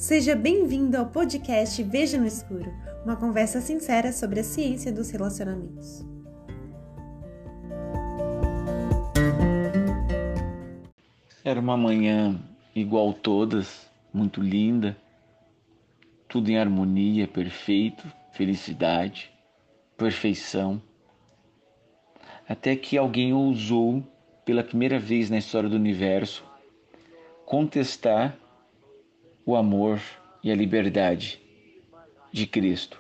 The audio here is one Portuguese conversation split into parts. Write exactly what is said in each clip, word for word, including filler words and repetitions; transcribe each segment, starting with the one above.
Seja bem-vindo ao podcast Veja no Escuro, uma conversa sincera sobre a ciência dos relacionamentos. Era uma manhã igual todas, muito linda, tudo em harmonia, perfeito, felicidade, perfeição. Até que alguém ousou, pela primeira vez na história do universo, contestar o amor e a liberdade de Cristo.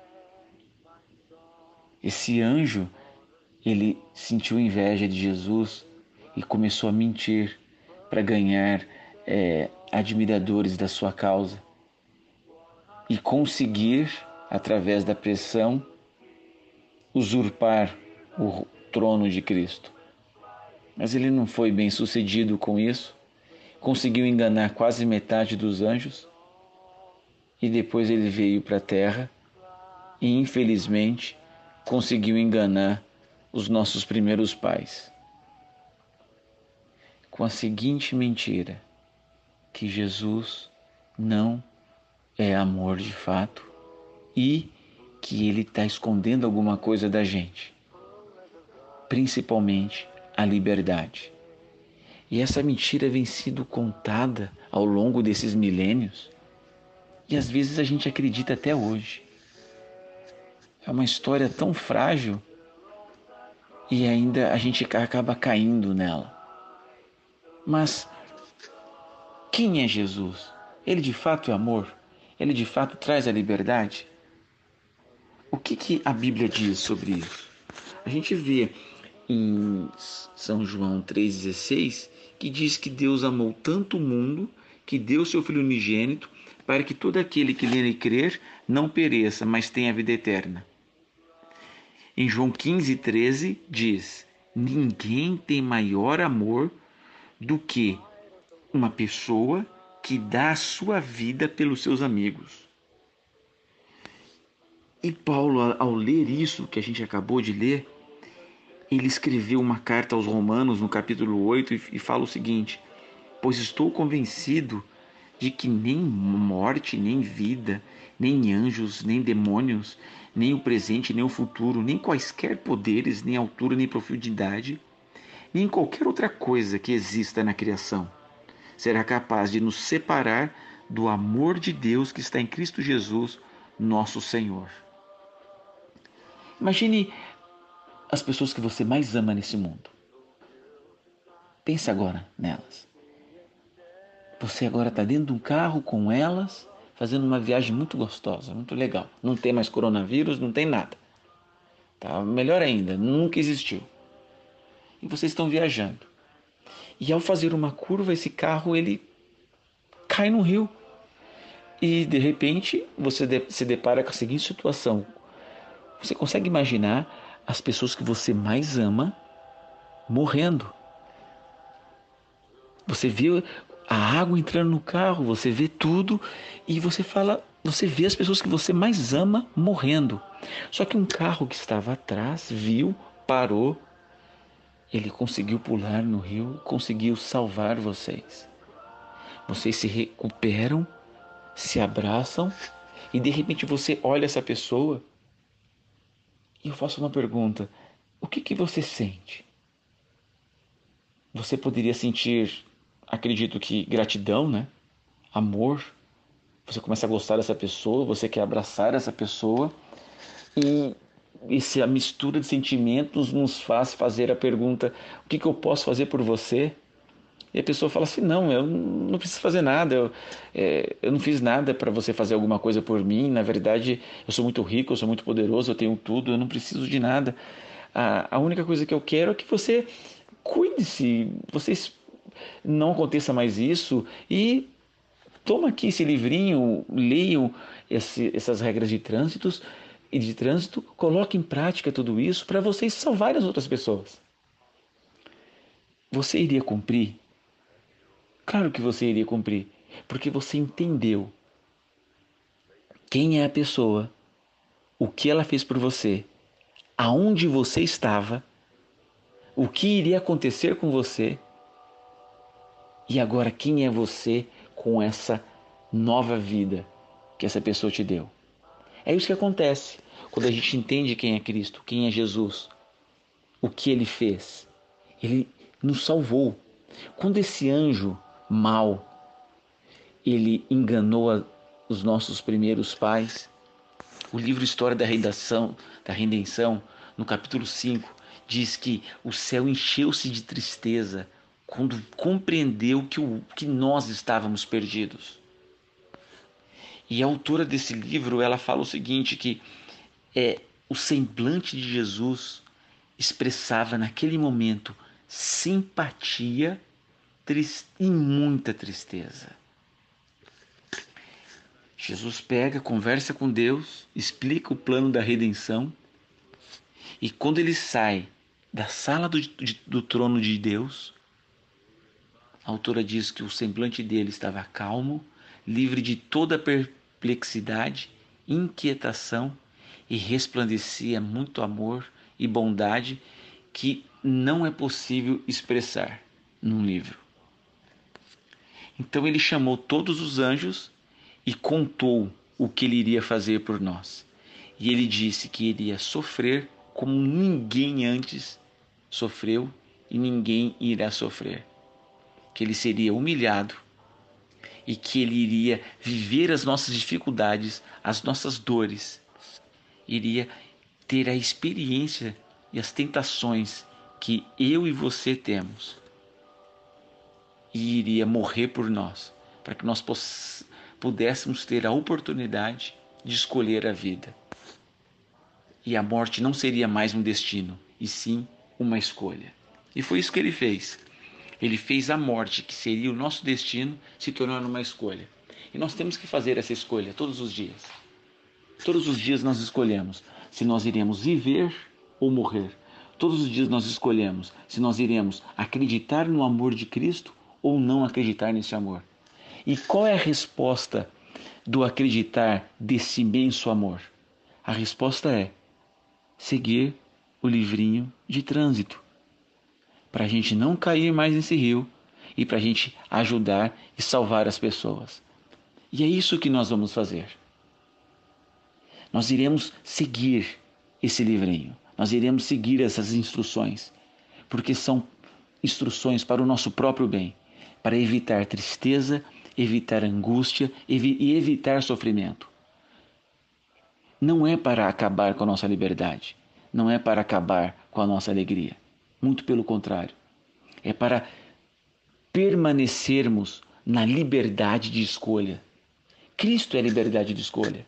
Esse anjo, ele sentiu inveja de Jesus e começou a mentir para ganhar é, admiradores da sua causa e conseguir, através da pressão, usurpar o trono de Cristo. Mas ele não foi bem sucedido com isso, conseguiu enganar quase metade dos anjos e depois ele veio para a terra e, infelizmente, conseguiu enganar os nossos primeiros pais com a seguinte mentira: que Jesus não é amor de fato e que ele está escondendo alguma coisa da gente, principalmente a liberdade. E essa mentira vem sendo contada ao longo desses milênios e às vezes a gente acredita até hoje. É uma história tão frágil e ainda a gente acaba caindo nela. Mas quem é Jesus? Ele de fato é amor? Ele de fato traz a liberdade? O que, que a Bíblia diz sobre isso? A gente vê em São João três dezesseis que diz que Deus amou tanto o mundo que deu seu Filho unigênito para que todo aquele que nele crer não pereça, mas tenha a vida eterna. Em João quinze, treze diz: ninguém tem maior amor do que uma pessoa que dá a sua vida pelos seus amigos. E Paulo, ao ler isso que a gente acabou de ler, ele escreveu uma carta aos Romanos no capítulo oito e fala o seguinte: pois estou convencido de que nem morte, nem vida, nem anjos, nem demônios, nem o presente, nem o futuro, nem quaisquer poderes, nem altura, nem profundidade, nem qualquer outra coisa que exista na criação será capaz de nos separar do amor de Deus que está em Cristo Jesus, nosso Senhor. Imagine as pessoas que você mais ama nesse mundo. Pense agora nelas. Você agora está dentro de um carro com elas, fazendo uma viagem muito gostosa, muito legal. Não tem mais coronavírus, não tem nada. Tá? Melhor ainda, nunca existiu. E vocês estão viajando. E ao fazer uma curva, esse carro ele cai no rio. E de repente você se depara com a seguinte situação. Você consegue imaginar as pessoas que você mais ama morrendo? Você vê a água entrando no carro, você vê tudo e você fala, você vê as pessoas que você mais ama morrendo. Só que um carro que estava atrás viu, parou, ele conseguiu pular no rio, conseguiu salvar vocês. Vocês se recuperam, se abraçam e de repente você olha essa pessoa e eu faço uma pergunta: o que que você sente? Você poderia sentir, acredito que gratidão, né? Amor. Você começa a gostar dessa pessoa, você quer abraçar essa pessoa e essa mistura de sentimentos nos faz fazer a pergunta: o que que eu posso fazer por você? E a pessoa fala assim: não, eu não preciso fazer nada, eu, é, eu não fiz nada para você fazer alguma coisa por mim, na verdade eu sou muito rico, eu sou muito poderoso, eu tenho tudo, eu não preciso de nada. A, a única coisa que eu quero é que você cuide-se, vocês não aconteça mais isso e toma aqui esse livrinho, leiam esse, essas regras de trânsito e de trânsito, coloque em prática tudo isso para vocês salvarem as outras pessoas. Você iria cumprir? Claro que você iria cumprir, porque você entendeu quem é a pessoa, o que ela fez por você, aonde você estava, o que iria acontecer com você e agora quem é você com essa nova vida que essa pessoa te deu. É isso que acontece quando a gente entende quem é Cristo, quem é Jesus, o que Ele fez. Ele nos salvou. Quando esse anjo mau, ele enganou a, os nossos primeiros pais, o livro História da Redenção, da Redenção, no capítulo cinco, diz que o céu encheu-se de tristeza quando compreendeu que, o, que nós estávamos perdidos. E a autora desse livro, ela fala o seguinte, que é, o semblante de Jesus expressava naquele momento simpatia e muita tristeza. Jesus pega, conversa com Deus, explica o plano da redenção, e quando ele sai da sala do, de, do trono de Deus, a autora diz que o semblante dele estava calmo, livre de toda perplexidade, inquietação, e resplandecia muito amor e bondade que não é possível expressar num livro. Então ele chamou todos os anjos e contou o que ele iria fazer por nós. E ele disse que iria sofrer como ninguém antes sofreu e ninguém irá sofrer. Que ele seria humilhado e que ele iria viver as nossas dificuldades, as nossas dores. Iria ter a experiência e as tentações que eu e você temos. E iria morrer por nós, para que nós pudéssemos ter a oportunidade de escolher a vida. E a morte não seria mais um destino, e sim uma escolha. E foi isso que ele fez. Ele fez a morte, que seria o nosso destino, se tornar uma escolha. E nós temos que fazer essa escolha todos os dias. Todos os dias nós escolhemos se nós iremos viver ou morrer. Todos os dias nós escolhemos se nós iremos acreditar no amor de Cristo ou não acreditar nesse amor. E qual é a resposta do acreditar desse imenso amor? A resposta é seguir o livrinho de trânsito, para a gente não cair mais nesse rio e para a gente ajudar e salvar as pessoas. E é isso que nós vamos fazer. Nós iremos seguir esse livrinho, nós iremos seguir essas instruções, porque são instruções para o nosso próprio bem, para evitar tristeza, evitar angústia e evitar sofrimento. Não é para acabar com a nossa liberdade, não é para acabar com a nossa alegria. Muito pelo contrário, é para permanecermos na liberdade de escolha. Cristo é a liberdade de escolha.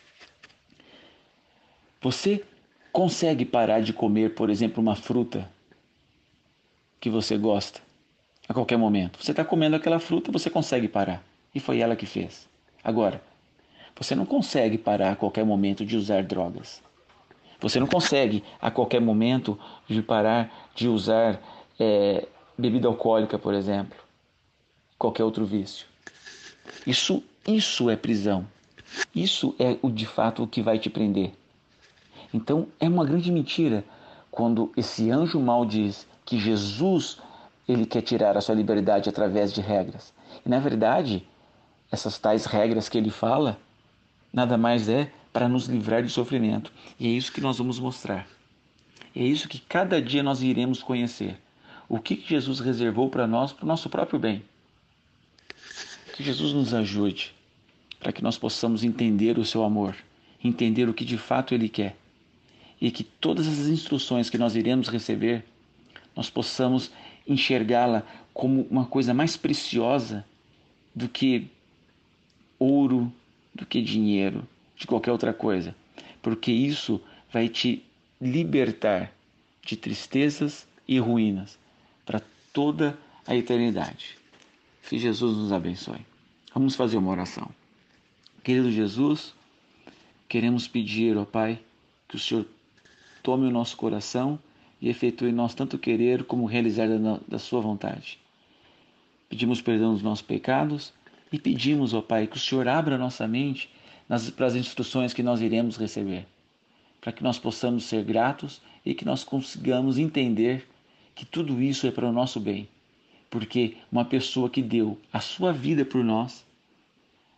Você consegue parar de comer, por exemplo, uma fruta que você gosta a qualquer momento? Você está comendo aquela fruta, você consegue parar. E foi ela que fez. Agora, você não consegue parar a qualquer momento de usar drogas. Você não consegue a qualquer momento de parar de usar é, bebida alcoólica, por exemplo. Qualquer outro vício. Isso, isso é prisão. Isso é o de fato o que vai te prender. Então é uma grande mentira quando esse anjo mau diz que Jesus ele quer tirar a sua liberdade através de regras. E na verdade, essas tais regras que ele fala, nada mais é para nos livrar de sofrimento. E é isso que nós vamos mostrar. É isso que cada dia nós iremos conhecer. O que Jesus reservou para nós, para o nosso próprio bem. Que Jesus nos ajude para que nós possamos entender o seu amor, entender o que de fato ele quer. E que todas as instruções que nós iremos receber, nós possamos enxergá-la como uma coisa mais preciosa do que ouro, do que dinheiro, de qualquer outra coisa. Porque isso vai te libertar de tristezas e ruínas para toda a eternidade. Que Jesus nos abençoe. Vamos fazer uma oração. Querido Jesus, queremos pedir, ó Pai, que o Senhor tome o nosso coração e efetue em nós tanto querer como realizar da, da sua vontade. Pedimos perdão dos nossos pecados e pedimos, ó Pai, que o Senhor abra a nossa mente nas, para as instruções que nós iremos receber, para que nós possamos ser gratos e que nós consigamos entender que tudo isso é para o nosso bem, porque uma pessoa que deu a sua vida por nós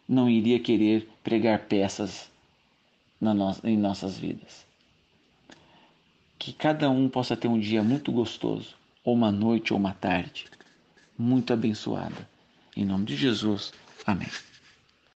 não iria querer pregar peças na no... em nossas vidas. Que cada um possa ter um dia muito gostoso, ou uma noite ou uma tarde muito abençoada. Em nome de Jesus, amém.